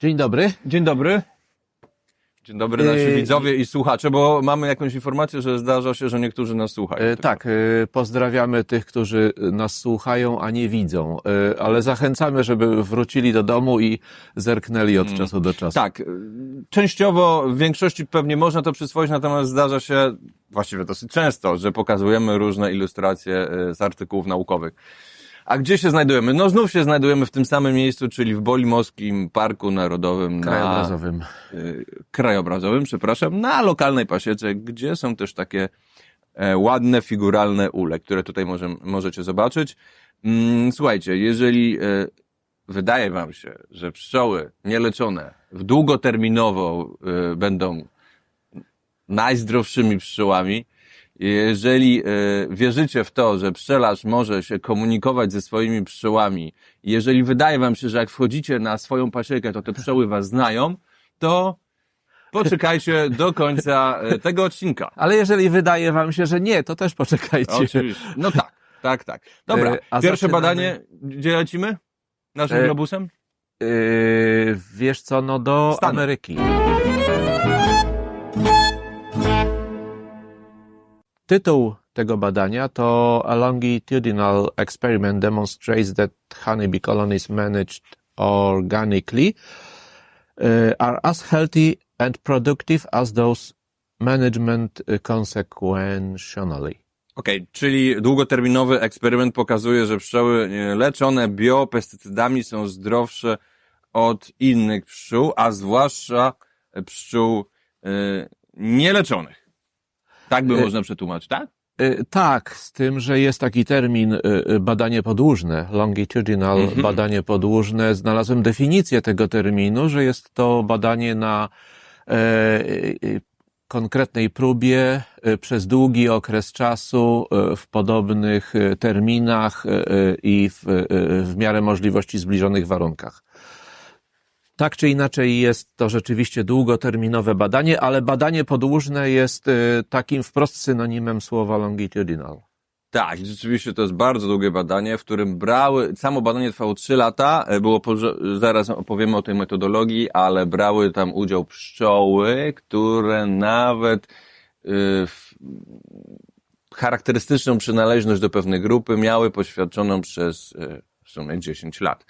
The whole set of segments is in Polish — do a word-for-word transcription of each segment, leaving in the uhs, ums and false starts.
Dzień dobry. Dzień dobry. Dzień dobry nasi Yy, widzowie i słuchacze, bo mamy jakąś informację, że zdarza się, że niektórzy nas słuchają. E, tak, e, pozdrawiamy tych, którzy nas słuchają, a nie widzą, e, ale zachęcamy, żeby wrócili do domu i zerknęli od czasu do czasu. Tak, y, częściowo w większości pewnie można to przyswoić, natomiast zdarza się właściwie dosyć często, że pokazujemy różne ilustracje y, z artykułów naukowych. A gdzie się znajdujemy? No znów się znajdujemy w tym samym miejscu, czyli w Bolimowskim Parku Narodowym Krajobrazowym. na y, krajobrazowym, przepraszam, na lokalnej pasiece, gdzie są też takie e, ładne, figuralne ule, które tutaj może, możecie zobaczyć. Mm, słuchajcie, jeżeli e, wydaje wam się, że pszczoły nieleczone w długoterminowo e, będą najzdrowszymi pszczołami, jeżeli e, wierzycie w to, że pszczelarz może się komunikować ze swoimi pszczołami, jeżeli wydaje wam się, że jak wchodzicie na swoją pasiekę, to te pszczoły was znają, to poczekajcie do końca e, tego odcinka. Ale jeżeli wydaje wam się, że nie, to też poczekajcie. Oczywiście. No tak, tak, tak. Dobra, E, a pierwsze zaczynamy- badanie, gdzie lecimy? Naszym E, globusem? E, wiesz co, no do Stany. Ameryki. Tytuł tego badania to A Longitudinal Experiment Demonstrates that Honeybee Colonies Managed Organically uh, are as healthy and productive as those management uh, consequentially. Okej, czyli długoterminowy eksperyment pokazuje, że pszczoły e, leczone biopestycydami są zdrowsze od innych pszczół, a zwłaszcza pszczół e, nieleczonych. Tak by E, można przetłumaczyć, tak? Y, Tak, z tym, że jest taki termin y, y, badanie podłużne, longitudinal Mhm. badanie podłużne. Znalazłem definicję tego terminu, że jest to badanie na e, y, konkretnej próbie y, przez długi okres czasu y, w podobnych y, terminach y, y, i w, y, w miarę możliwości zbliżonych warunkach. Tak czy inaczej jest to rzeczywiście długoterminowe badanie, ale badanie podłużne jest y, takim wprost synonimem słowa longitudinal. Tak, rzeczywiście to jest bardzo długie badanie, w którym brały, samo badanie trwało trzy lata, e, było, porze- zaraz opowiemy o tej metodologii, ale brały tam udział pszczoły, które nawet y, w, charakterystyczną przynależność do pewnej grupy miały poświadczoną przez y, w sumie dziesięć lat.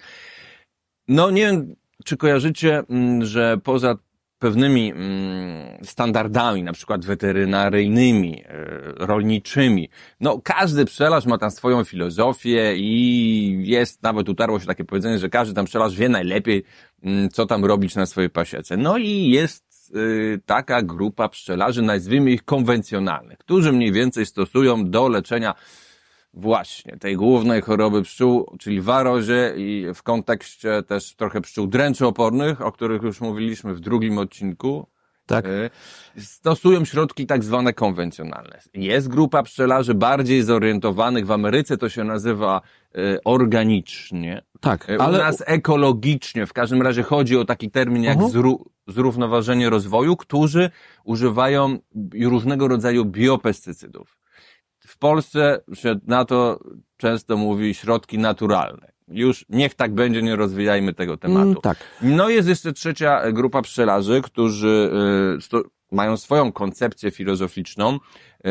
No nie wiem, czy kojarzycie, mm, że poza pewnymi mm, standardami, na przykład weterynaryjnymi, e, rolniczymi, no każdy pszczelarz ma tam swoją filozofię i jest, nawet utarło się takie powiedzenie, że każdy tam pszczelarz wie najlepiej, mm, co tam robić na swojej pasiece. No i jest y, taka grupa pszczelarzy, nazwijmy ich konwencjonalnych, którzy mniej więcej stosują do leczenia właśnie tej głównej choroby pszczół, czyli warozie i w kontekście też trochę pszczół dręczoopornych, o których już mówiliśmy w drugim odcinku, Tak. y, stosują środki tak zwane konwencjonalne. Jest grupa pszczelarzy bardziej zorientowanych, w Ameryce to się nazywa y, organicznie, Tak, y, u ale nas ekologicznie, w każdym razie chodzi o taki termin jak Mhm. zró- zrównoważenie rozwoju, którzy używają różnego rodzaju biopestycydów. W Polsce się na to często mówi środki naturalne. Już niech tak będzie, nie rozwijajmy tego tematu. Mm, tak. No jest jeszcze trzecia grupa pszczelarzy, którzy y, sto, mają swoją koncepcję filozoficzną. Y,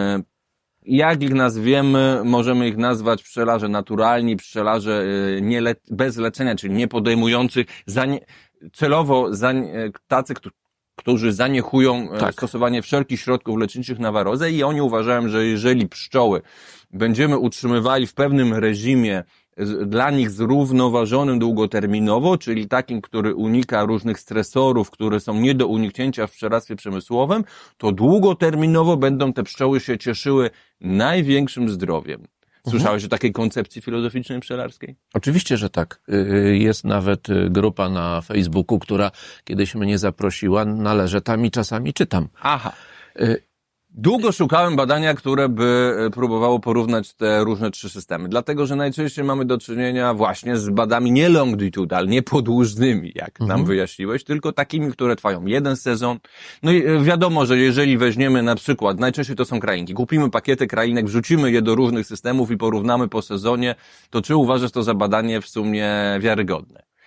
jak ich nazwiemy, możemy ich nazwać pszczelarze naturalni, pszczelarze y, nie le, bez leczenia, czyli nie podejmujących zanie, celowo zanie, tacy, którzy którzy zaniechują Tak. tak. stosowanie wszelkich środków leczniczych na warozę i oni uważają, że jeżeli pszczoły będziemy utrzymywali w pewnym reżimie z- dla nich zrównoważonym długoterminowo, czyli takim, który unika różnych stresorów, które są nie do uniknięcia w pszczelarstwie przemysłowym, to długoterminowo będą te pszczoły się cieszyły największym zdrowiem. Słyszałeś o takiej koncepcji filozoficznej pszczelarskiej? Oczywiście, że tak. Y, Jest nawet y, grupa na Facebooku, która kiedyś mnie zaprosiła, należę tam i czasami czytam. Aha. Y, Długo szukałem badania, które by e, próbowało porównać te różne trzy systemy, dlatego że najczęściej mamy do czynienia właśnie z badami nie longitudinal, nie podłużnymi, jak nam Mhm. wyjaśniłeś, tylko takimi, które trwają jeden sezon. No i e, wiadomo, że jeżeli weźmiemy na przykład, najczęściej to są krainki, kupimy pakiety krainek, wrzucimy je do różnych systemów i porównamy po sezonie, to czy uważasz to za badanie w sumie wiarygodne?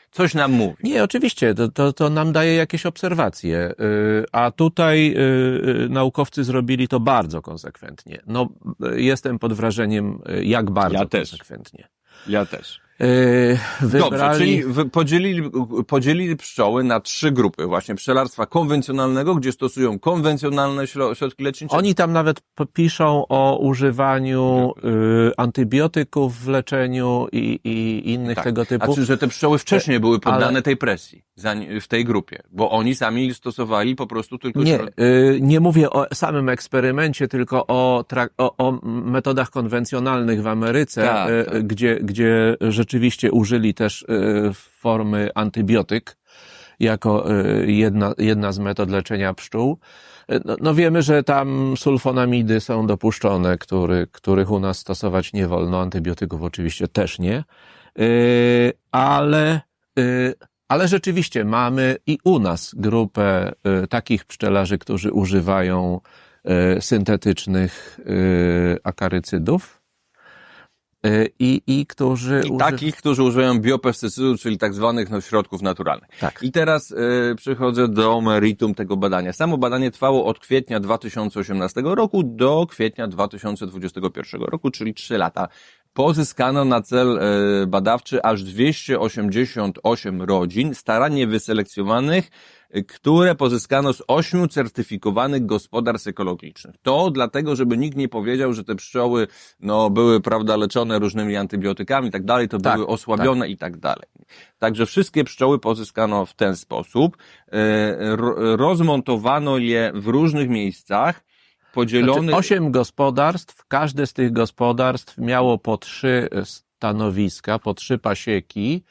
coś nam mówi. Nie, oczywiście, to, to, to nam daje jakieś obserwacje, a tutaj naukowcy zrobili to bardzo konsekwentnie. No, jestem pod wrażeniem, jak bardzo Ja też. konsekwentnie. Ja też. Wybrali... Dobrze, czyli podzielili, podzielili pszczoły na trzy grupy. Właśnie pszczelarstwa konwencjonalnego, gdzie stosują konwencjonalne środki lecznicze. Oni tam nawet piszą o używaniu y, antybiotyków w leczeniu i, i innych tak. tego typu. Znaczy, że te pszczoły wcześniej były poddane Ale... tej presji w tej grupie, bo oni sami stosowali po prostu tylko... Nie, środ... y, nie mówię o samym eksperymencie, tylko o, trak- o, o metodach konwencjonalnych w Ameryce, tak, y, tak. Gdzie, gdzie rzeczywiście użyli też y, formy antybiotyk jako y, jedna, jedna z metod leczenia pszczół. No, no wiemy, że tam sulfonamidy są dopuszczone, który, których u nas stosować nie wolno, antybiotyków oczywiście też nie, y, ale, y, ale rzeczywiście mamy i u nas grupę y, takich pszczelarzy, którzy używają y, syntetycznych y, akarycydów. I, i którzy... I uży... takich, którzy używają biopestycydów, czyli tak zwanych no, środków naturalnych. Tak. I teraz y, przychodzę do meritum tego badania. Samo badanie trwało od kwietnia dwa tysiące osiemnastego roku do kwietnia dwa tysiące dwudziestego pierwszego roku, czyli trzy lata. Pozyskano na cel y, badawczy aż dwieście osiemdziesiąt osiem rodzin, starannie wyselekcjonowanych, które pozyskano z ośmiu certyfikowanych gospodarstw ekologicznych. To dlatego, żeby nikt nie powiedział, że te pszczoły no, były, prawda, leczone różnymi antybiotykami i tak dalej, to tak, były osłabione tak. i tak dalej. Także wszystkie pszczoły pozyskano w ten sposób. Rozmontowano je w różnych miejscach, podzielonych... Znaczy, osiem gospodarstw, każde z tych gospodarstw miało po trzy stanowiska, po trzy pasieki,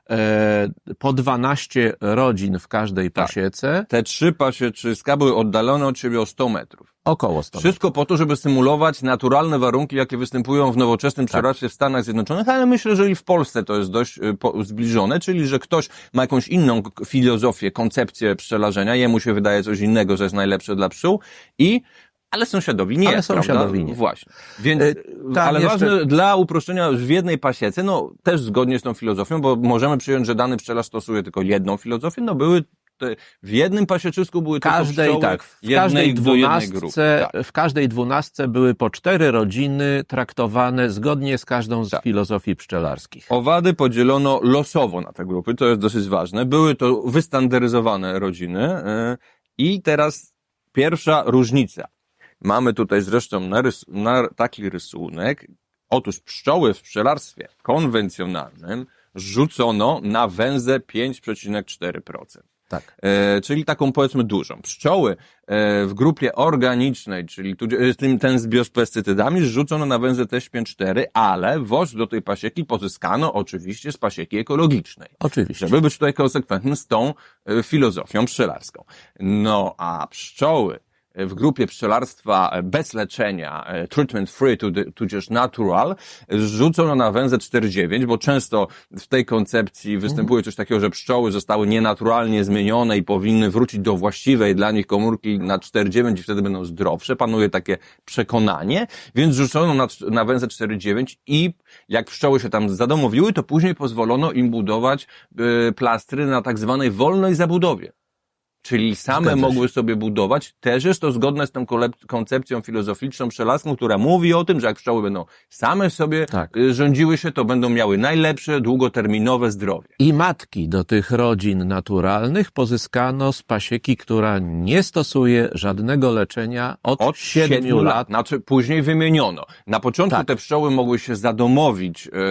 po dwanaście rodzin w każdej pasiece. Tak. Te trzy pasieczyska były oddalone od siebie o sto metrów. Około sto metrów. Wszystko po to, żeby symulować naturalne warunki, jakie występują w nowoczesnym pszczelarstwie tak. w Stanach Zjednoczonych, ale myślę, że i w Polsce to jest dość zbliżone, czyli że ktoś ma jakąś inną filozofię, koncepcję pszczelarzenia, jemu się wydaje coś innego, że jest najlepsze dla pszczół i ale sąsiadowi nie, ale sąsiadowi prawda? nie. Właśnie. Więc, y, tak, ale jeszcze... ważne dla uproszczenia w jednej pasiece, no też zgodnie z tą filozofią, bo możemy przyjąć, że dany pszczelarz stosuje tylko jedną filozofię, no były te, w jednym pasieczysku były każdej, tylko pszczoły tak, w każdej dwunastce, tak. w każdej dwunastce były po cztery rodziny traktowane zgodnie z każdą z tak. filozofii pszczelarskich. Owady podzielono losowo na te grupy, to jest dosyć ważne. Były to wystandaryzowane rodziny yy, i teraz pierwsza różnica. Mamy tutaj zresztą narys- na taki rysunek. Otóż pszczoły w pszczelarstwie konwencjonalnym rzucono na węzę pięć przecinek cztery procent. Tak. E, czyli taką powiedzmy dużą. Pszczoły e, w grupie organicznej, czyli tu, e, ten z biopestycydami, rzucono na węzę też pięć przecinek cztery, ale woż do tej pasieki pozyskano oczywiście z pasieki ekologicznej. Oczywiście. Żeby być tutaj konsekwentnym z tą e, filozofią pszczelarską. No a pszczoły w grupie pszczelarstwa bez leczenia, treatment free, tudzież natural, rzucono na węzę cztery przecinek dziewięć, bo często w tej koncepcji występuje coś takiego, że pszczoły zostały nienaturalnie zmienione i powinny wrócić do właściwej dla nich komórki na cztery przecinek dziewięć i wtedy będą zdrowsze. Panuje takie przekonanie, więc rzucono na, na węzę cztery przecinek dziewięć i jak pszczoły się tam zadomowiły, to później pozwolono im budować y, plastry na tak zwanej wolnej zabudowie. Czyli same mogły sobie budować. Też jest to zgodne z tą koncepcją filozoficzną pszczelarską, która mówi o tym, że jak pszczoły będą same sobie tak. rządziły się, to będą miały najlepsze, długoterminowe zdrowie. I matki do tych rodzin naturalnych pozyskano z pasieki, która nie stosuje żadnego leczenia od, od siedmiu lat. Znaczy później wymieniono. Na początku tak. te pszczoły mogły się zadomowić. Yy,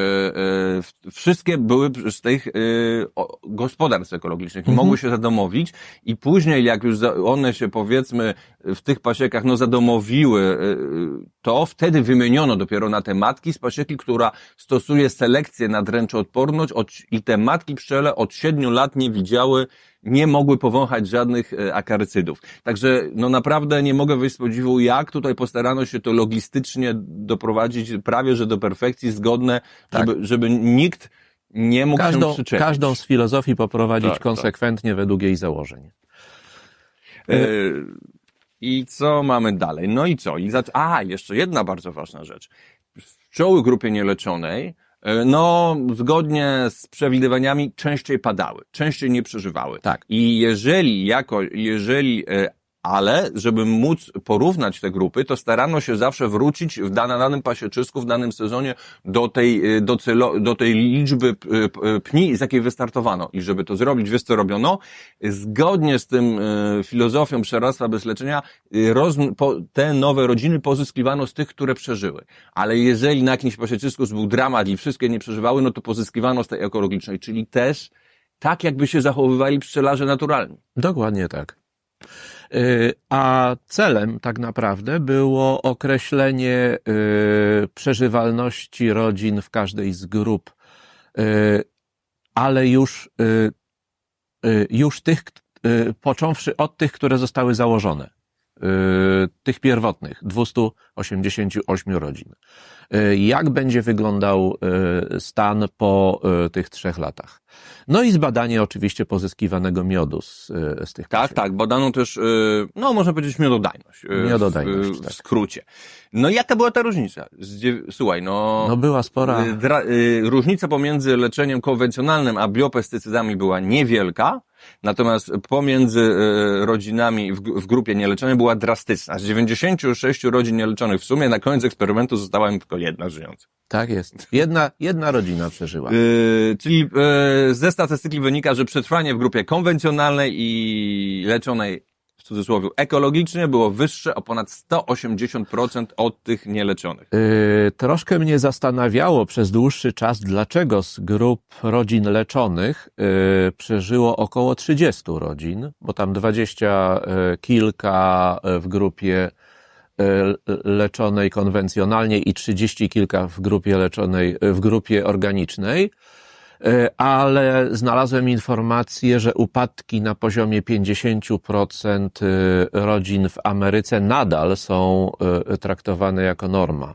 yy, wszystkie były z tych yy, gospodarstw ekologicznych i mhm. mogły się zadomowić i później, jak już one się, powiedzmy, w tych pasiekach, no, zadomowiły, to wtedy wymieniono dopiero na te matki z pasieki, która stosuje selekcję na dręczoodporność i te matki pszczele od siedmiu lat nie widziały, nie mogły powąchać żadnych akarycydów. Także, no, naprawdę nie mogę wyjść z podziwu, jak tutaj postarano się to logistycznie doprowadzić prawie, że do perfekcji, zgodne, tak. żeby, żeby nikt nie mógł każdą, się przyczepić. Każdą z filozofii poprowadzić tak, konsekwentnie tak. według jej założeń. I co mamy dalej? No i co? I zac- A, jeszcze jedna bardzo ważna rzecz. Pszczoły w grupie nieleczonej no zgodnie z przewidywaniami częściej padały, częściej nie przeżywały. Tak. I jeżeli jako, jeżeli, ale żeby móc porównać te grupy, to starano się zawsze wrócić w danym, danym pasieczysku, w danym sezonie do tej, do, celo, do tej liczby pni, z jakiej wystartowano. I żeby to zrobić, wiesz co robiono? Zgodnie z tym filozofią przeradztwa bez leczenia, roz, po, te nowe rodziny pozyskiwano z tych, które przeżyły. Ale jeżeli na jakimś pasieczysku był dramat i wszystkie nie przeżywały, no to pozyskiwano z tej ekologicznej, czyli też tak, jakby się zachowywali pszczelarze naturalni. Dokładnie tak. A celem tak naprawdę było określenie przeżywalności rodzin w każdej z grup, ale już, już tych, począwszy od tych, które zostały założone, tych pierwotnych, dwieście osiemdziesiąt osiem rodzin. Jak będzie wyglądał stan po tych trzech latach? No i zbadanie oczywiście pozyskiwanego miodu z, z tych Tak, pasiek. tak, badano też, no można powiedzieć miododajność. Miododajność, w, tak. w skrócie. No i jaka była ta różnica? Słuchaj, no... No była spora. Dra, różnica pomiędzy leczeniem konwencjonalnym a biopestycydami była niewielka, natomiast pomiędzy rodzinami w, w grupie nieleczonej była drastyczna. Z dziewięćdziesięciu sześciu rodzin nieleczonych w sumie na koniec eksperymentu została im tylko jedna żyjąca. Tak jest. Jedna, jedna rodzina przeżyła. Yy, czyli yy, ze statystyki wynika, że przetrwanie w grupie konwencjonalnej i leczonej w cudzysłowie ekologicznie było wyższe o ponad sto osiemdziesiąt procent od tych nieleczonych. Yy, troszkę mnie zastanawiało przez dłuższy czas, dlaczego z grup rodzin leczonych yy, przeżyło około trzydziestu rodzin, bo tam dwadzieścia yy, kilka w grupie leczonej konwencjonalnie i trzydzieści kilka w grupie leczonej, w grupie organicznej, ale znalazłem informację, że upadki na poziomie pięćdziesiąt procent rodzin w Ameryce nadal są traktowane jako norma.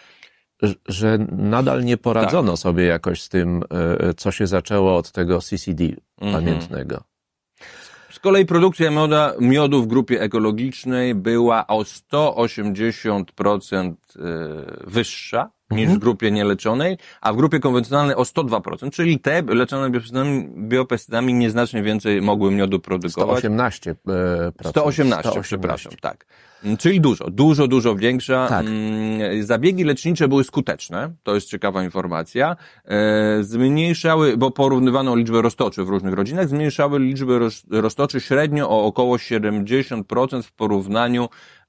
Że nadal nie poradzono tak. sobie jakoś z tym, co się zaczęło od tego C C D mhm. pamiętnego. Z kolei produkcja mioda, miodu w grupie ekologicznej była o sto osiemdziesiąt procent wyższa niż w grupie nieleczonej, a w grupie konwencjonalnej o sto dwa procent, czyli te leczone biopestycydami, biopestycydami nieznacznie więcej mogły miodu produkować. sto osiemnaście procent. sto osiemnaście, przepraszam, tak. Czyli dużo, dużo, dużo większa. Tak. Zabiegi lecznicze były skuteczne, to jest ciekawa informacja. Zmniejszały, bo porównywano liczbę roztoczy w różnych rodzinach, zmniejszały liczbę roztoczy średnio o około siedemdziesiąt procent w porównaniu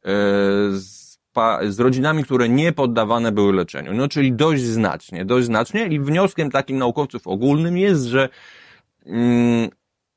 z z rodzinami, które nie poddawane były leczeniu. No, czyli dość znacznie, dość znacznie i wnioskiem takim naukowców ogólnym jest, że mm,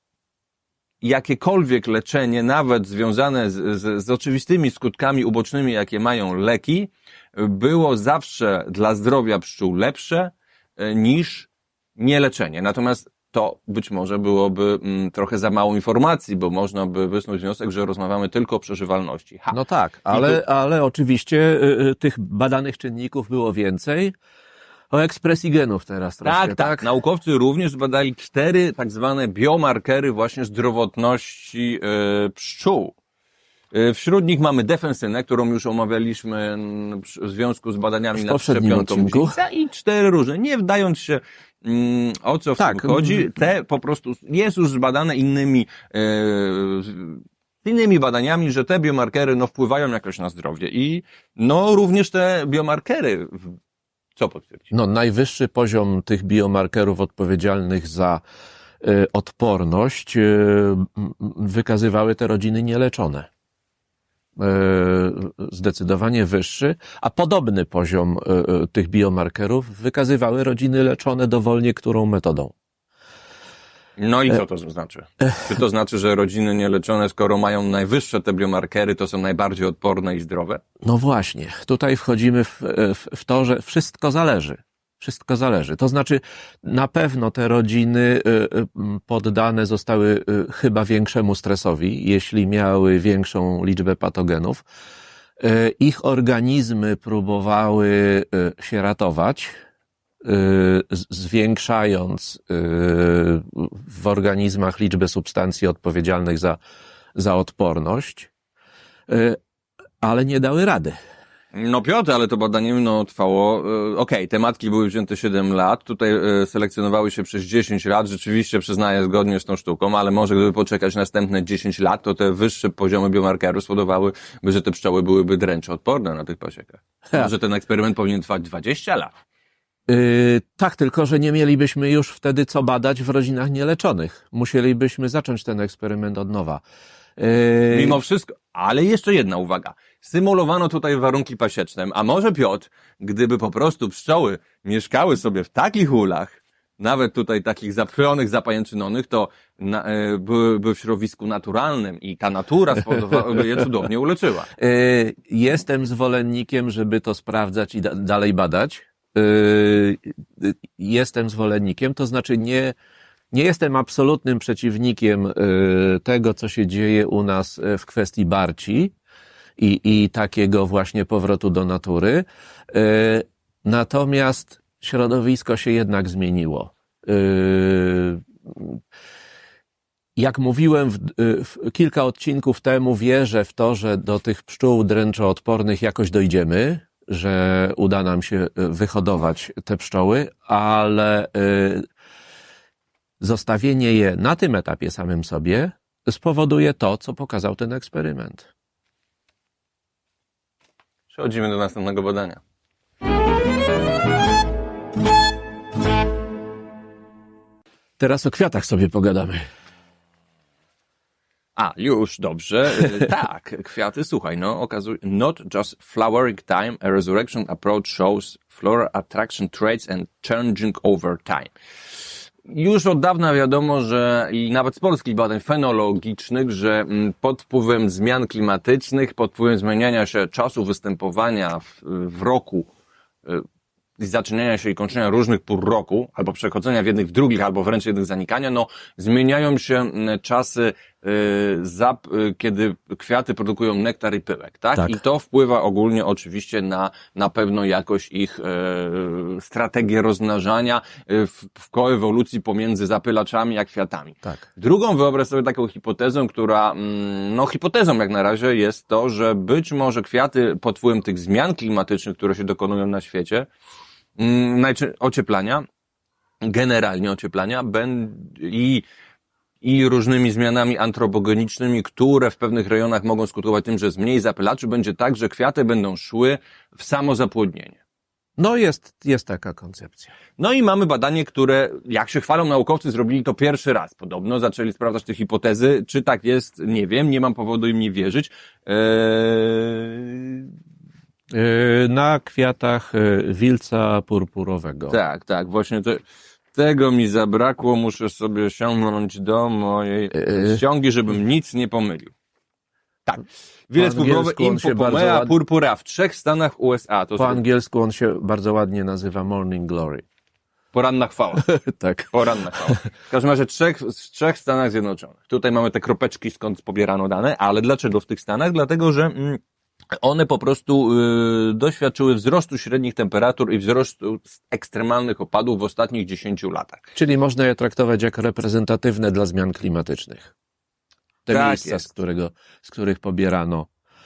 jakiekolwiek leczenie, nawet związane z, z, z oczywistymi skutkami ubocznymi, jakie mają leki, było zawsze dla zdrowia pszczół lepsze niż nieleczenie. Natomiast to być może byłoby mm, trochę za mało informacji, bo można by wysnuć wniosek, że rozmawiamy tylko o przeżywalności. Ha. No tak, ale, tu... ale oczywiście y, y, tych badanych czynników było więcej. O ekspresji genów teraz troszkę, tak, tak? Tak, naukowcy również zbadali cztery tak zwane biomarkery właśnie zdrowotności y, pszczół. Y, wśród nich mamy defensynę, którą już omawialiśmy w związku z badaniami nad szczepionką dziewica i cztery różne, nie wdając się o co w tak. tym chodzi, te po prostu jest już zbadane innymi e, innymi badaniami, że te biomarkery no wpływają jakoś na zdrowie i no również te biomarkery co potwierdzi? No najwyższy poziom tych biomarkerów odpowiedzialnych za e, odporność e, wykazywały te rodziny nieleczone. Zdecydowanie wyższy, a podobny poziom tych biomarkerów wykazywały rodziny leczone dowolnie którą metodą. No i co to znaczy? Czy to znaczy, że rodziny nieleczone, skoro mają najwyższe te biomarkery, to są najbardziej odporne i zdrowe? No właśnie, tutaj wchodzimy w, w, w to, że wszystko zależy. Wszystko zależy. To znaczy, na pewno te rodziny poddane zostały chyba większemu stresowi, jeśli miały większą liczbę patogenów. Ich organizmy próbowały się ratować, zwiększając w organizmach liczbę substancji odpowiedzialnych za, za odporność, ale nie dały rady. No Piotr, ale to badanie no, trwało, okej, okay, te matki były wzięte siedem lat, tutaj e, selekcjonowały się przez dziesięć lat, rzeczywiście przyznaję zgodnie z tą sztuką, ale może gdyby poczekać następne dziesięć lat, to te wyższe poziomy biomarkerów spowodowałyby, że te pszczoły byłyby dręczoodporne na tych pasiekach. Ha. Może ten eksperyment powinien trwać dwadzieścia lat. Yy, tak, tylko że nie mielibyśmy już wtedy co badać w rodzinach nieleczonych. Musielibyśmy zacząć ten eksperyment od nowa. Yy... Mimo wszystko, ale jeszcze jedna uwaga. Symulowano tutaj warunki pasieczne, a może Piotr, gdyby po prostu pszczoły mieszkały sobie w takich ulach, nawet tutaj takich zapchlonych, zapajęczynonych, to na, e, byłyby w środowisku naturalnym i ta natura spowodowałaby je cudownie uleczyła. Yy, jestem zwolennikiem, żeby to sprawdzać i da- dalej badać. Yy, jestem zwolennikiem, to znaczy nie, nie jestem absolutnym przeciwnikiem yy, tego, co się dzieje u nas w kwestii barci i, i takiego właśnie powrotu do natury. Yy, natomiast środowisko się jednak zmieniło. Yy, jak mówiłem w, w kilka odcinków temu, wierzę w to, że do tych pszczół dręczoodpornych jakoś dojdziemy, że uda nam się wyhodować te pszczoły, ale y, zostawienie je na tym etapie samym sobie spowoduje to, co pokazał ten eksperyment. Przechodzimy do następnego badania. Teraz o kwiatach sobie pogadamy. A, już, dobrze. Tak, kwiaty, słuchaj, no, okazuje, not just flowering time, a resurrection approach shows floral attraction traits and changing over time. Już od dawna wiadomo, że i nawet z polskich badań fenologicznych, że pod wpływem zmian klimatycznych, pod wpływem zmieniania się czasu występowania w, w roku, zaczynania się i kończenia różnych pór roku, albo przechodzenia w jednych w drugich, albo wręcz jednych zanikania, no zmieniają się czasy, y, zap, y, kiedy kwiaty produkują nektar i pyłek, tak? Tak. I to wpływa ogólnie oczywiście na, na pewno jakość ich y, strategię rozmnażania y, w, w koewolucji pomiędzy zapylaczami a kwiatami. Tak. Drugą, wyobraź sobie taką hipotezą, która, no hipotezą jak na razie jest to, że być może kwiaty pod wpływem tych zmian klimatycznych, które się dokonują na świecie, ocieplania, generalnie ocieplania i, i różnymi zmianami antropogenicznymi, które w pewnych rejonach mogą skutkować tym, że jest mniej zapylaczy, będzie tak, że kwiaty będą szły w samozapłodnienie. No jest, jest taka koncepcja. No i mamy badanie, które, jak się chwalą naukowcy, zrobili to pierwszy raz. Podobno zaczęli sprawdzać te hipotezy. Czy tak jest, nie wiem, nie mam powodu im nie wierzyć. Eee... Na kwiatach wilca purpurowego. Tak, tak, właśnie te, tego mi zabrakło, muszę sobie sięgnąć do mojej ściągi, żebym nic nie pomylił. Tak, wilec purpurowy Impopomea purpura w trzech stanach U S A. To po sobie... angielsku on się bardzo ładnie nazywa Morning Glory. Poranna chwała. Tak. Poranna chwała. W każdym razie trzech, w trzech Stanach Zjednoczonych. Tutaj mamy te kropeczki, skąd pobierano dane, ale dlaczego w tych Stanach? Dlatego, że... Mm, one po prostu y, doświadczyły wzrostu średnich temperatur i wzrostu ekstremalnych opadów w ostatnich dziesięciu latach. Czyli można je traktować jako reprezentatywne dla zmian klimatycznych. Te tak miejsca, jest. z, którego, z których pobierano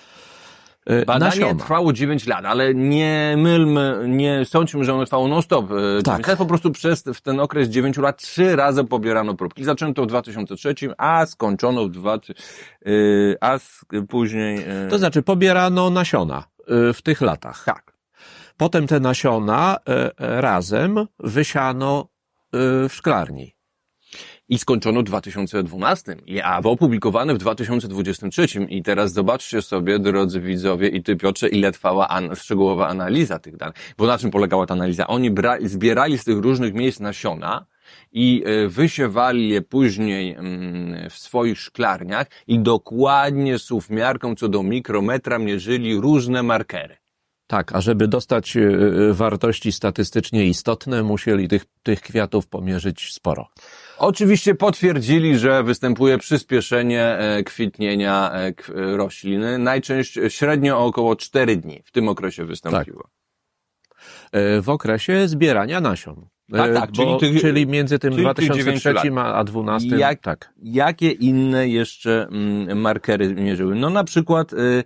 y, Badanie nasiona. trwało dziewięć lat, ale nie mylmy, nie sądźmy, że ono trwało non-stop. dziewięć tak. lat, po prostu przez w ten okres dziewięciu lat trzy razy pobierano próbki. Zaczęto w dwa tysiące trzecim, a skończono w dwa, y, a później... Y... To znaczy pobierano nasiona y, w tych latach. Tak. Potem te nasiona y, razem wysiano y, w szklarni. I skończono w dwa tysiące dwunastym, a opublikowane w dwa tysiące dwudziestym trzecim. I teraz zobaczcie sobie, drodzy widzowie i ty, Piotrze, ile trwała an- szczegółowa analiza tych danych. Bo na czym polegała ta analiza? Oni bra- zbierali z tych różnych miejsc nasiona i y, wysiewali je później y, w swoich szklarniach i dokładnie z suwmiarką co do mikrometra mierzyli różne markery. Tak, a żeby dostać y, wartości statystycznie istotne, musieli tych, tych kwiatów pomierzyć sporo. Oczywiście potwierdzili, że występuje przyspieszenie kwitnienia rośliny, najczęściej średnio o około cztery dni w tym okresie wystąpiło. Tak. W okresie zbierania nasion. Tak, tak, Bo, czyli, tych, czyli między tym czyli dwa tysiące trzecim a dwunastym. Jak, tak. Jakie inne jeszcze mm, markery mierzyły? No na przykład y,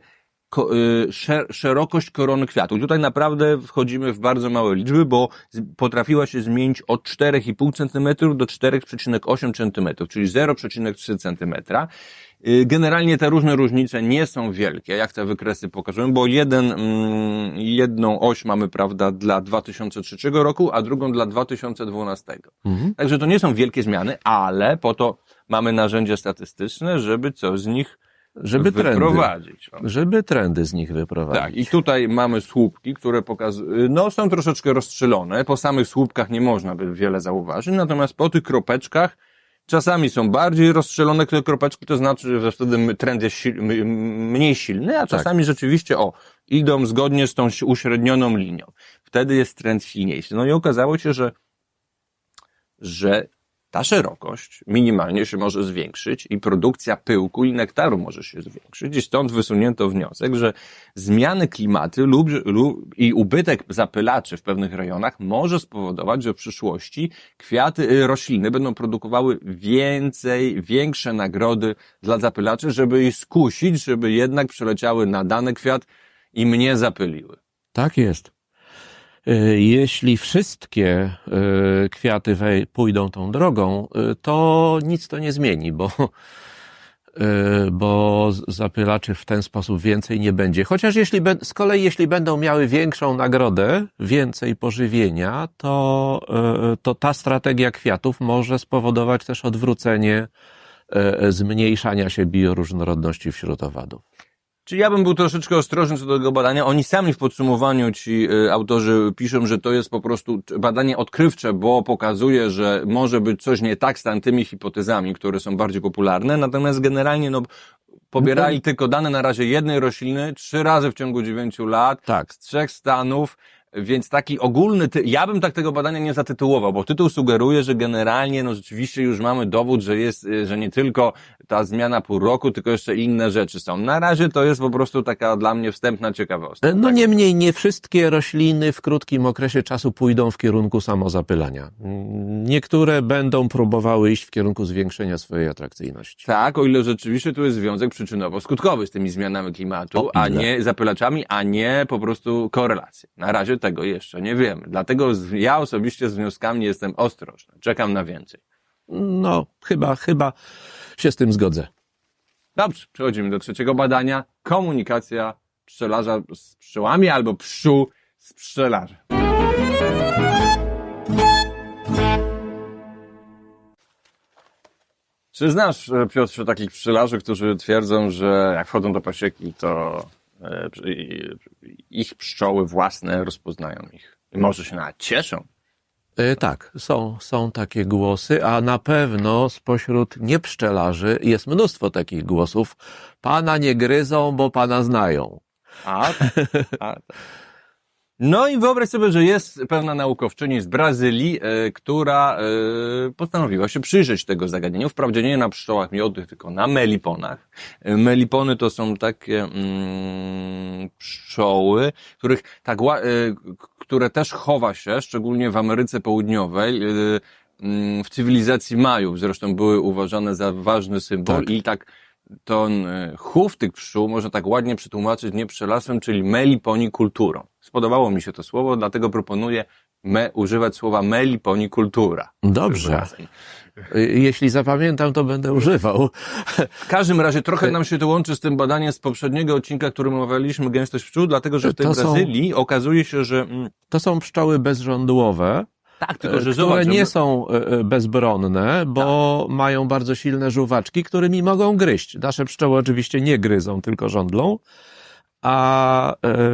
ko, y, szer, szerokość korony kwiatu. Tutaj naprawdę wchodzimy w bardzo małe liczby, bo z, potrafiła się zmienić od cztery i pół centymetrów do cztery przecinek osiem centymetrów, czyli zero przecinek trzy centymetra. Generalnie te różne różnice nie są wielkie, jak te wykresy pokazują, bo jeden, mm, jedną oś mamy, prawda, dla dwa tysiące trzeciego roku, a drugą dla dwa tysiące dwunastego. Mhm. Także to nie są wielkie zmiany, ale po to mamy narzędzia statystyczne, żeby coś z nich żeby wyprowadzić. Trendy, żeby trendy z nich wyprowadzić. Tak, i tutaj mamy słupki, które pokazują, no są troszeczkę rozstrzelone, po samych słupkach nie można by wiele zauważyć, natomiast po tych kropeczkach czasami są bardziej rozstrzelone te kropeczki, to znaczy, że wtedy trend jest sil, mniej silny, a czasami tak. rzeczywiście, o, idą zgodnie z tą uśrednioną linią. Wtedy jest trend silniejszy. No i okazało się, że, że ta szerokość minimalnie się może zwiększyć i produkcja pyłku i nektaru może się zwiększyć i stąd wysunięto wniosek, że zmiany klimatu lub, lub i ubytek zapylaczy w pewnych rejonach może spowodować, że w przyszłości kwiaty, rośliny będą produkowały więcej, większe nagrody dla zapylaczy, żeby ich skusić, żeby jednak przeleciały na dany kwiat i mnie zapyliły. Tak jest. Jeśli wszystkie kwiaty pójdą tą drogą, to nic to nie zmieni, bo, bo zapylaczy w ten sposób więcej nie będzie. Chociaż jeśli, z kolei jeśli będą miały większą nagrodę, więcej pożywienia, to, to ta strategia kwiatów może spowodować też odwrócenie zmniejszania się bioróżnorodności wśród owadów. Czyli ja bym był troszeczkę ostrożny co do tego badania. Oni sami w podsumowaniu, ci y, autorzy piszą, że to jest po prostu badanie odkrywcze, bo pokazuje, że może być coś nie tak z tamtymi hipotezami, które są bardziej popularne. Natomiast generalnie no, pobierali no to... tylko dane na razie jednej rośliny trzy razy w ciągu dziewięciu lat tak. z trzech stanów. Więc taki ogólny, ty... ja bym tak tego badania nie zatytułował, bo tytuł sugeruje, że generalnie, no rzeczywiście już mamy dowód, że jest, że nie tylko ta zmiana pół roku, tylko jeszcze inne rzeczy są. Na razie to jest po prostu taka dla mnie wstępna ciekawostka. No tak? Niemniej nie wszystkie rośliny w krótkim okresie czasu pójdą w kierunku samozapylania. Niektóre będą próbowały iść w kierunku zwiększenia swojej atrakcyjności. Tak, o ile rzeczywiście tu jest związek przyczynowo-skutkowy z tymi zmianami klimatu, a nie zapylaczami, a nie po prostu korelacje. Na razie tego jeszcze nie wiemy. Dlatego ja osobiście z wnioskami jestem ostrożny. Czekam na więcej. No, chyba, chyba się z tym zgodzę. Dobrze, przechodzimy do trzeciego badania. Komunikacja pszczelarza z pszczołami albo pszczół z pszczelarzem. Czy znasz, Piotrze, takich pszczelarzy, którzy twierdzą, że jak wchodzą do pasieki, to ich pszczoły własne rozpoznają ich. I może się nawet cieszą. Yy, tak, są, są takie głosy, a na pewno spośród niepszczelarzy jest mnóstwo takich głosów. Pana nie gryzą, bo pana znają. A, a, tak. No i wyobraź sobie, że jest pewna naukowczyni z Brazylii, y, która y, postanowiła się przyjrzeć tego zagadnieniu. Wprawdzie nie na pszczołach miodnych, tylko na meliponach. Y, melipony to są takie mm, pszczoły, których tak, y, które też chowa się, szczególnie w Ameryce Południowej, y, y, w cywilizacji Majów. Zresztą były uważane za ważny symbol tak. I tak ten chów tych pszczół można tak ładnie przetłumaczyć nie pszczelarstwem, czyli meliponikulturą. Spodobało mi się to słowo, dlatego proponuję me, używać słowa meliponikultura. Dobrze. Jeśli zapamiętam, to będę używał. W każdym razie trochę nam się to łączy z tym badaniem z poprzedniego odcinka, którym omawialiśmy gęstość pszczół, dlatego że w tej to Brazylii są, okazuje się, że... To są pszczoły bezżądłowe. Tak, tylko że które zobacz, nie żeby... są bezbronne, bo tak. mają bardzo silne żuwaczki, którymi mogą gryźć. Nasze pszczoły oczywiście nie gryzą, tylko żądlą, a,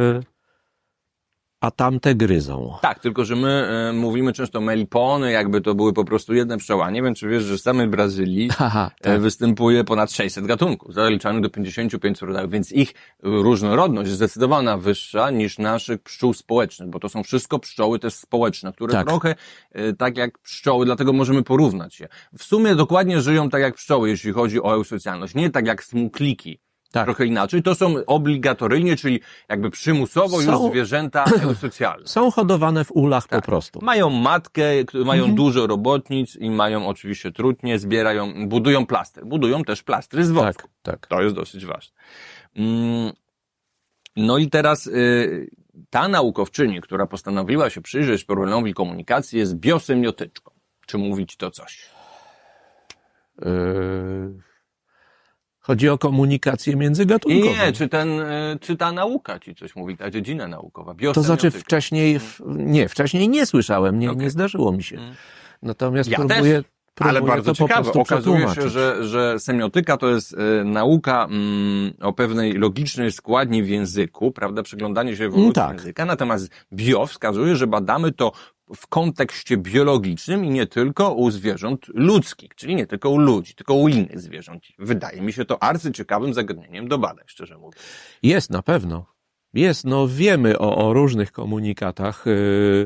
a tamte gryzą. Tak, tylko że my y, mówimy często melipony, jakby to były po prostu jedne pszczoły. Nie wiem, czy wiesz, że w samej Brazylii Aha, tak. występuje ponad sześćset gatunków, zaliczanych do pięćdziesięciu pięciu rodzajów, więc ich różnorodność jest zdecydowana wyższa niż naszych pszczół społecznych, bo to są wszystko pszczoły też społeczne, które tak. trochę y, tak jak pszczoły, dlatego możemy porównać je. W sumie dokładnie żyją tak jak pszczoły, jeśli chodzi o eusocjalność, nie tak jak smukliki. Tak. Trochę inaczej. To są obligatoryjnie, czyli jakby przymusowo są, już zwierzęta eusocjalne. Są hodowane w ulach tak. po prostu. Mają matkę, mają mhm. dużo robotnic i mają oczywiście trutnie, zbierają, budują plastry. Budują też plastry z wosku. Tak, tak. To jest dosyć ważne. Mm. No i teraz y, ta naukowczyni, która postanowiła się przyjrzeć problemowi komunikacji, jest biosemiotyczką. Czy mówić to coś? Yy... Chodzi o komunikację międzygatunkową. Nie, czy, ten, czy ta nauka ci coś mówi, ta dziedzina naukowa, to znaczy wcześniej, nie, wcześniej nie słyszałem, nie, Okay. nie zdarzyło mi się. Natomiast ja próbuję, też. próbuję Ale bardzo to ciekawe. po Okazuje się, że, że semiotyka to jest y, nauka mm, o pewnej logicznej składni w języku, prawda, przyglądanie się ewolucji tak. języka. Natomiast bio wskazuje, że badamy to w kontekście biologicznym i nie tylko u zwierząt ludzkich, czyli nie tylko u ludzi, tylko u innych zwierząt. Wydaje mi się to arcyciekawym zagadnieniem do badań, szczerze mówiąc. Jest, na pewno. Jest, no wiemy o, o różnych komunikatach, yy,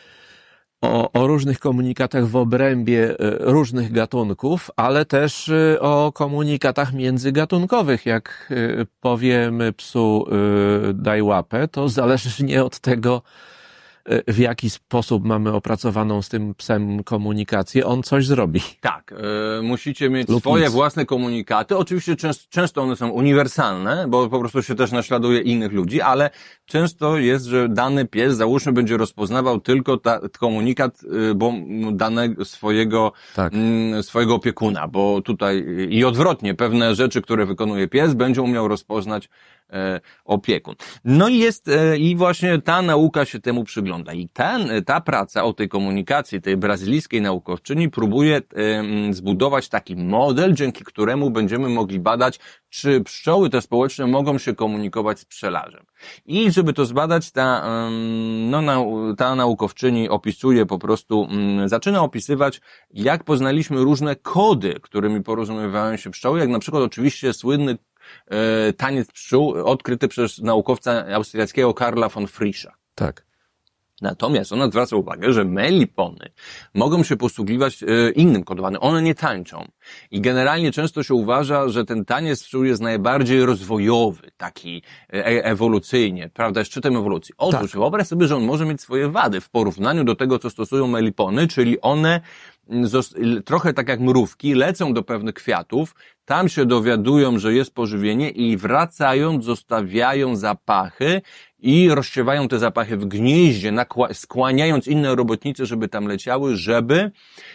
o, o różnych komunikatach w obrębie yy, różnych gatunków, ale też yy, o komunikatach międzygatunkowych. Jak yy, powiemy psu yy, daj łapę, to zależnie od tego, w jaki sposób mamy opracowaną z tym psem komunikację, on coś zrobi. Tak, y, musicie mieć Lub swoje nic. własne komunikaty. Oczywiście często, często one są uniwersalne, bo po prostu się też naśladuje innych ludzi, ale często jest, że dany pies, załóżmy, będzie rozpoznawał tylko ta, komunikat y, bo danego swojego, Tak. y, swojego opiekuna, bo tutaj i odwrotnie, pewne rzeczy, które wykonuje pies, będzie umiał rozpoznać e, opiekun. No i jest, e, i właśnie ta nauka się temu przygląda. I ten, ta praca o tej komunikacji, tej brazylijskiej naukowczyni próbuje e, zbudować taki model, dzięki któremu będziemy mogli badać, czy pszczoły te społeczne mogą się komunikować z pszczelarzem. I żeby to zbadać, ta, no, ta naukowczyni opisuje po prostu, zaczyna opisywać, jak poznaliśmy różne kody, którymi porozumiewają się pszczoły, jak na przykład oczywiście słynny e, taniec pszczół odkryty przez naukowca austriackiego Karla von Frischa. Tak. Natomiast ona zwraca uwagę, że melipony mogą się posługiwać e, innym kodowaniem. One nie tańczą. I generalnie często się uważa, że ten taniec pszczół jest najbardziej rozwojowy, taki e, ewolucyjnie, prawda, szczytem ewolucji. Otóż Tak. wyobraź sobie, że on może mieć swoje wady w porównaniu do tego, co stosują melipony, czyli one trochę tak jak mrówki, lecą do pewnych kwiatów, tam się dowiadują, że jest pożywienie i wracając zostawiają zapachy i rozsiewają te zapachy w gnieździe, skłaniając inne robotnice, żeby tam leciały, żeby,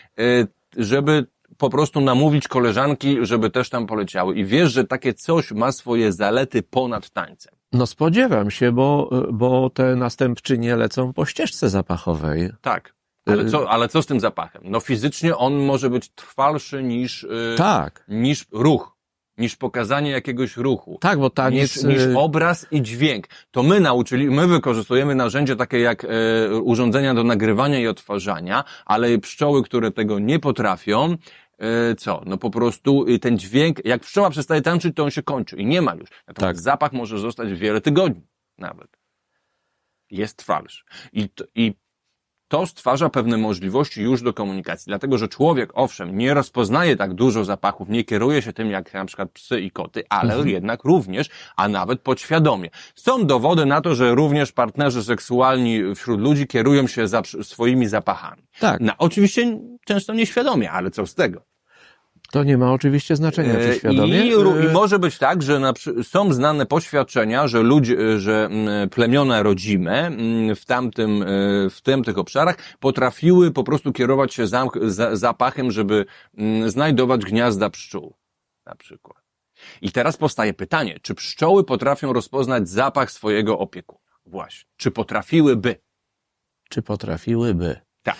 żeby po prostu namówić koleżanki, żeby też tam poleciały. I wiesz, że takie coś ma swoje zalety ponad tańcem. No spodziewam się, bo, bo te następczynie lecą po ścieżce zapachowej. Tak. Ale co, ale co z tym zapachem? No fizycznie on może być trwalszy niż, yy, Tak. niż ruch, niż pokazanie jakiegoś ruchu. Tak, bo taniec... Niż, niż obraz i dźwięk. To my nauczyli, my wykorzystujemy narzędzia takie jak yy, urządzenia do nagrywania i odtwarzania, ale pszczoły, które tego nie potrafią, yy, co? No po prostu yy, ten dźwięk, jak pszczoła przestaje tańczyć, to on się kończy i nie ma już. Natomiast Tak. zapach może zostać wiele tygodni nawet. Jest trwalszy. I, i to stwarza pewne możliwości już do komunikacji, dlatego że człowiek, owszem, nie rozpoznaje tak dużo zapachów, nie kieruje się tym jak na przykład psy i koty, ale mhm. jednak również, a nawet podświadomie. Są dowody na to, że również partnerzy seksualni wśród ludzi kierują się za swoimi zapachami. Tak. No, oczywiście często nieświadomie, ale co z tego? To nie ma oczywiście znaczenia, czy świadomie. I, I może być tak, że na, są znane poświadczenia, że ludzie, że plemiona rodzime w tamtym, w tamtych obszarach potrafiły po prostu kierować się zapachem, żeby znajdować gniazda pszczół, na przykład. I teraz powstaje pytanie, czy pszczoły potrafią rozpoznać zapach swojego opiekuna? Właśnie. Czy potrafiłyby? Czy potrafiłyby? Tak.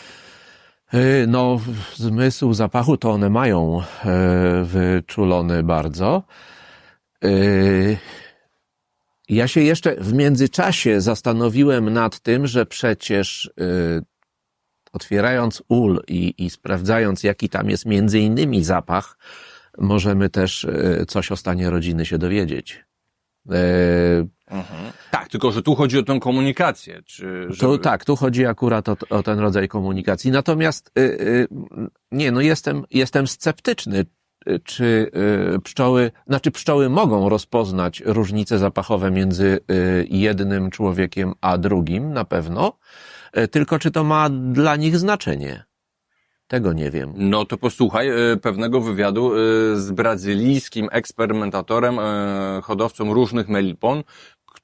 No, zmysł zapachu to one mają wyczulony bardzo. Ja się jeszcze w międzyczasie zastanowiłem nad tym, że przecież otwierając ul i, i sprawdzając, jaki tam jest między innymi zapach, możemy też coś o stanie rodziny się dowiedzieć. Mhm. Tak, tylko że tu chodzi o tę komunikację. Czy żeby... to, tak, tu chodzi akurat o, o ten rodzaj komunikacji. Natomiast y, y, nie, no jestem, jestem sceptyczny, czy y, pszczoły, znaczy pszczoły mogą rozpoznać różnice zapachowe między y, jednym człowiekiem a drugim, na pewno, y, tylko czy to ma dla nich znaczenie? Tego nie wiem. No to posłuchaj pewnego wywiadu z brazylijskim eksperymentatorem, hodowcą różnych melipon,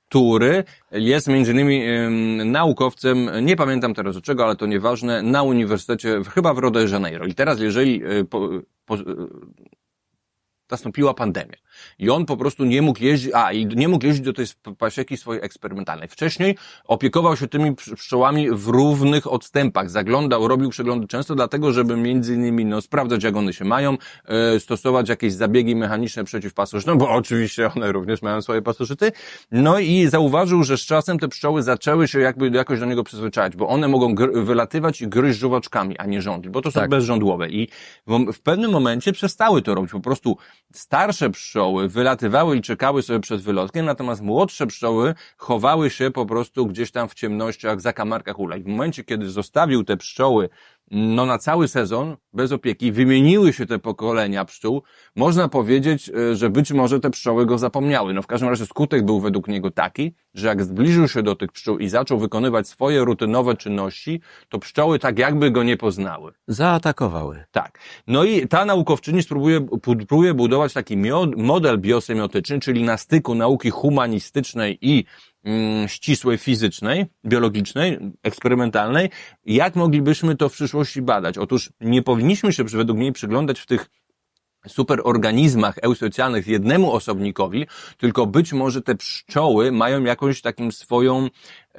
który jest między innymi ym, naukowcem, nie pamiętam teraz od czego, ale to nieważne, na uniwersytecie, chyba w Rio de Janeiro. I teraz jeżeli y, po, po, y, nastąpiła pandemia i on po prostu nie mógł jeździć, a i nie mógł jeździć do tej pasieki swojej eksperymentalnej. Wcześniej opiekował się tymi pszczołami w równych odstępach, zaglądał, robił przeglądy często dlatego, żeby między innymi no, sprawdzać jak one się mają, e, stosować jakieś zabiegi mechaniczne przeciwpasożytne, bo oczywiście one również mają swoje pasożyty. No i zauważył, że z czasem te pszczoły zaczęły się jakby jakoś do niego przyzwyczajać, bo one mogą gr- wylatywać i gryźć żuwaczkami, a nie żądli, bo to są Tak. bezżądłowe i w, w pewnym momencie przestały to robić. Po prostu starsze pszczoły wylatywały i czekały sobie przed wylotkiem, natomiast młodsze pszczoły chowały się po prostu gdzieś tam w ciemnościach, zakamarkach ula. I w momencie, kiedy zostawił te pszczoły no na cały sezon, bez opieki, wymieniły się te pokolenia pszczół, można powiedzieć, że być może te pszczoły go zapomniały. No w każdym razie skutek był według niego taki, że jak zbliżył się do tych pszczół i zaczął wykonywać swoje rutynowe czynności, to pszczoły tak jakby go nie poznały. Zaatakowały. Tak. No i ta naukowczyni spróbuje, próbuje budować taki model biosemiotyczny, czyli na styku nauki humanistycznej i mm, ścisłej fizycznej, biologicznej, eksperymentalnej. Jak moglibyśmy to w przyszłości badać? Otóż nie powinniśmy się według mnie przyglądać w tych superorganizmach eusocjalnych jednemu osobnikowi, tylko być może te pszczoły mają jakąś takim swoją,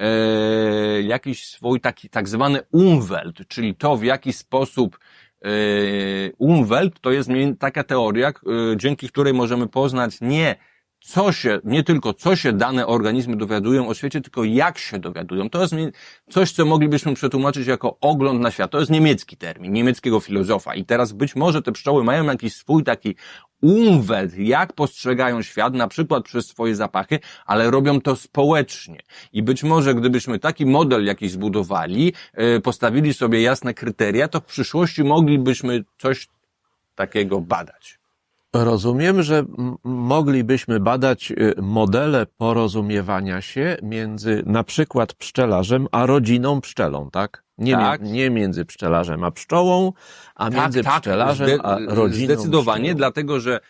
e, jakiś swój taki tak zwany Umwelt, czyli to w jaki sposób e, Umwelt to jest taka teoria, e, dzięki której możemy poznać nie co się, nie tylko co się dane organizmy dowiadują o świecie, tylko jak się dowiadują. To jest coś, co moglibyśmy przetłumaczyć jako ogląd na świat. To jest niemiecki termin, niemieckiego filozofa. I teraz być może te pszczoły mają jakiś swój taki Umwelt, jak postrzegają świat, na przykład przez swoje zapachy, ale robią to społecznie. I być może gdybyśmy taki model jakiś zbudowali, postawili sobie jasne kryteria, to w przyszłości moglibyśmy coś takiego badać. Rozumiem, że m- moglibyśmy badać y, modele porozumiewania się między na przykład pszczelarzem a rodziną pszczelą, tak? Nie, Tak. mie- nie między pszczelarzem a pszczołą, a między pszczelarzem zde- a rodziną Zdecydowanie, pszczół. dlatego że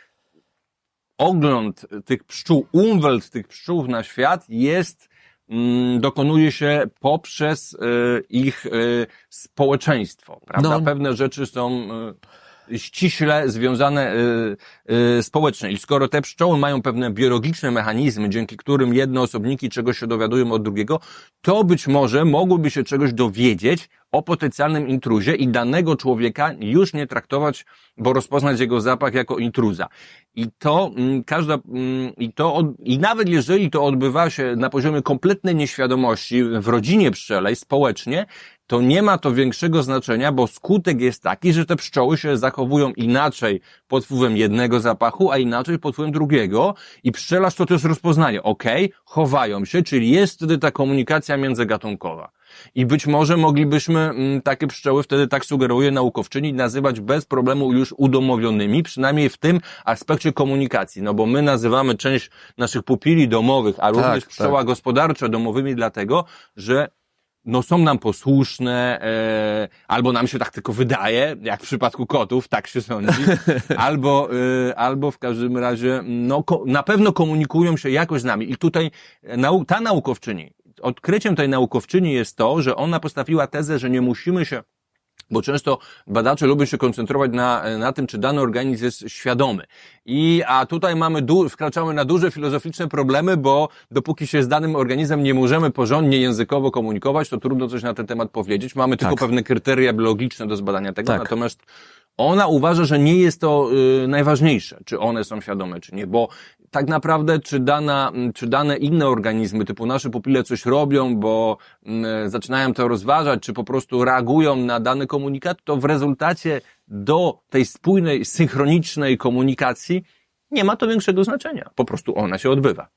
ogląd tych pszczół, umwelt tych pszczół na świat jest, mm, dokonuje się poprzez y, ich y, społeczeństwo, prawda? No. Pewne rzeczy są y, ściśle związane y, y, społecznie. I skoro te pszczoły mają pewne biologiczne mechanizmy, dzięki którym jedne osobniki czegoś się dowiadują od drugiego, to być może mogłyby się czegoś dowiedzieć o potencjalnym intruzie i danego człowieka już nie traktować, bo rozpoznać jego zapach jako intruza. I to mm, każda, mm, i to, od, i nawet jeżeli to odbywa się na poziomie kompletnej nieświadomości w rodzinie pszczelej, społecznie, to nie ma to większego znaczenia, bo skutek jest taki, że te pszczoły się zachowują inaczej pod wpływem jednego zapachu, a inaczej pod wpływem drugiego i pszczelarz to też rozpoznaje. Okej, okay, chowają się, czyli jest wtedy ta komunikacja międzygatunkowa. I być może moglibyśmy m, takie pszczoły, wtedy tak sugeruje naukowczyni, nazywać bez problemu już udomowionymi, przynajmniej w tym aspekcie komunikacji. No bo my nazywamy część naszych pupili domowych, a również tak, pszczoła tak. gospodarcza domowymi dlatego, że no są nam posłuszne, e, albo nam się tak tylko wydaje, jak w przypadku kotów, tak się sądzi, albo, e, albo w każdym razie, no ko, na pewno komunikują się jakoś z nami. I tutaj nau, ta naukowczyni, odkryciem tej naukowczyni jest to, że ona postawiła tezę, że nie musimy się, bo często badacze lubią się koncentrować na, na tym, czy dany organizm jest świadomy. I, a tutaj mamy, du, wkraczamy na duże filozoficzne problemy, bo dopóki się z danym organizmem nie możemy porządnie językowo komunikować, to trudno coś na ten temat powiedzieć. Mamy tylko Tak. pewne kryteria biologiczne do zbadania tego, Tak. natomiast ona uważa, że nie jest to y, najważniejsze, czy one są świadome, czy nie, bo tak naprawdę, czy dana, czy dane inne organizmy, typu nasze pupile coś robią, bo y, zaczynają to rozważać, czy po prostu reagują na dany komunikat, to w rezultacie do tej spójnej, synchronicznej komunikacji nie ma to większego znaczenia. Po prostu ona się odbywa.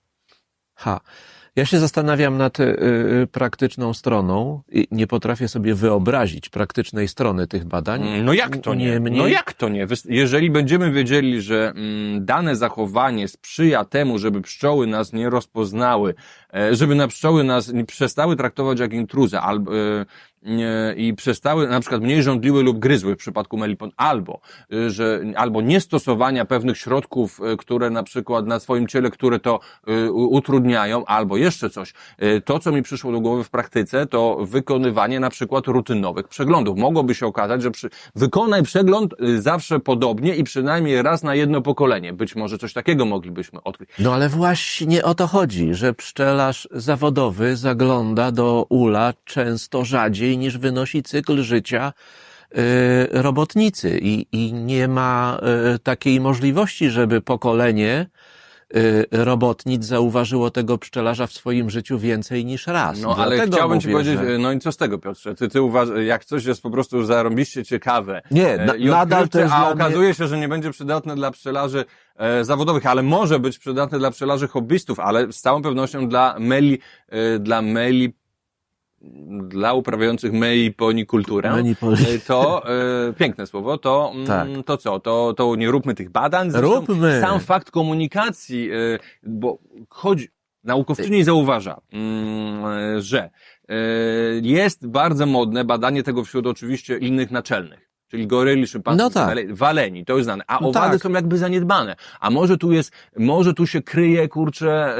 Ha. Ja się zastanawiam nad y, y, praktyczną stroną i nie potrafię sobie wyobrazić praktycznej strony tych badań. No jak to nie? Niemniej- No jak to nie? Jeżeli będziemy wiedzieli, że mm, dane zachowanie sprzyja temu, żeby pszczoły nas nie rozpoznały, e, żeby na pszczoły nas nie przestały traktować jak intruza, albo, e, e, i przestały, na przykład mniej żądliły lub gryzły w przypadku melipon, albo, e, że, albo niestosowania pewnych środków, e, które na przykład na swoim ciele, które to e, utrudniają, albo jeszcze coś. E, to, co mi przyszło do głowy w praktyce, to wykonywanie na przykład rutynowych przeglądów. Mogłoby się okazać, że przy, wykonaj przegląd e, zawsze podobnie i przynajmniej raz na jedno pokolenie. Być może coś takiego moglibyśmy odkryć. No ale właśnie o to chodzi, że pszczelarz zawodowy zagląda do ula często rzadziej niż wynosi cykl życia y, robotnicy i, i nie ma y, takiej możliwości, żeby pokolenie y, robotnic zauważyło tego pszczelarza w swoim życiu więcej niż raz. No ale Dlatego chciałbym ci mówię, powiedzieć, że... no i co z tego, Piotrze? Ty, ty uważasz, jak coś jest po prostu zarąbiście ciekawe Nie, e, na, i nadal to jest a dla okazuje mnie... się, że nie będzie przydatne dla pszczelarzy e, zawodowych, ale może być przydatne dla pszczelarzy hobbystów, ale z całą pewnością dla meli, e, dla meli dla uprawiających meliponikulturę, Manipul- to e, piękne słowo, to, mm, Tak. to co, to, to nie róbmy tych badań. Zresztą Róbmy. sam fakt komunikacji, e, bo chodzi, naukowczyni zauważa, mm, e, że e, jest bardzo modne badanie tego wśród oczywiście innych naczelnych. Czyli goryli, szympansów, No tak. waleni, to jest znane. A No owady tak. są jakby zaniedbane. A może tu jest, może tu się kryje, kurczę,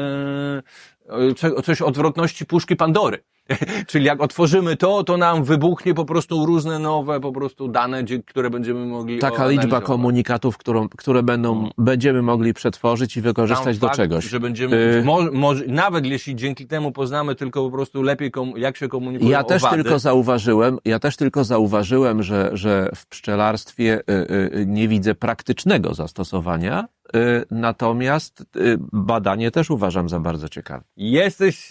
e, cze- coś odwrotności puszki Pandory. Czyli jak otworzymy to, to nam wybuchnie po prostu różne nowe po prostu dane, dzie- które będziemy mogli Taka analizować. liczba komunikatów, którą, które będą, będziemy mogli przetworzyć i wykorzystać Sam do fakt, czegoś. że będziemy, Y- może, może, nawet jeśli dzięki temu poznamy tylko po prostu lepiej, kom, jak się komunikują Ja też owady. tylko zauważyłem, ja też tylko zauważyłem, że, że w pszczelarstwie y, y, nie widzę praktycznego zastosowania, y, natomiast y, badanie też uważam za bardzo ciekawe. Jesteś,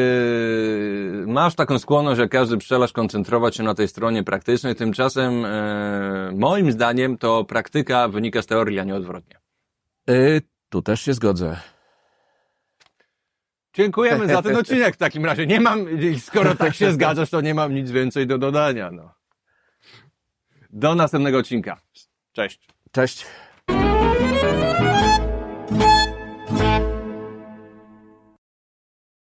yy, masz taką skłonność, jak każdy pszczelarz, koncentrować się na tej stronie praktycznej, tymczasem yy, moim zdaniem to praktyka wynika z teorii, a nie odwrotnie. Y, tu też się zgodzę. Dziękujemy za ten odcinek w takim razie. Nie mam, skoro tak się zgadzasz, to nie mam nic więcej do dodania. No. Do następnego odcinka. Cześć. Cześć.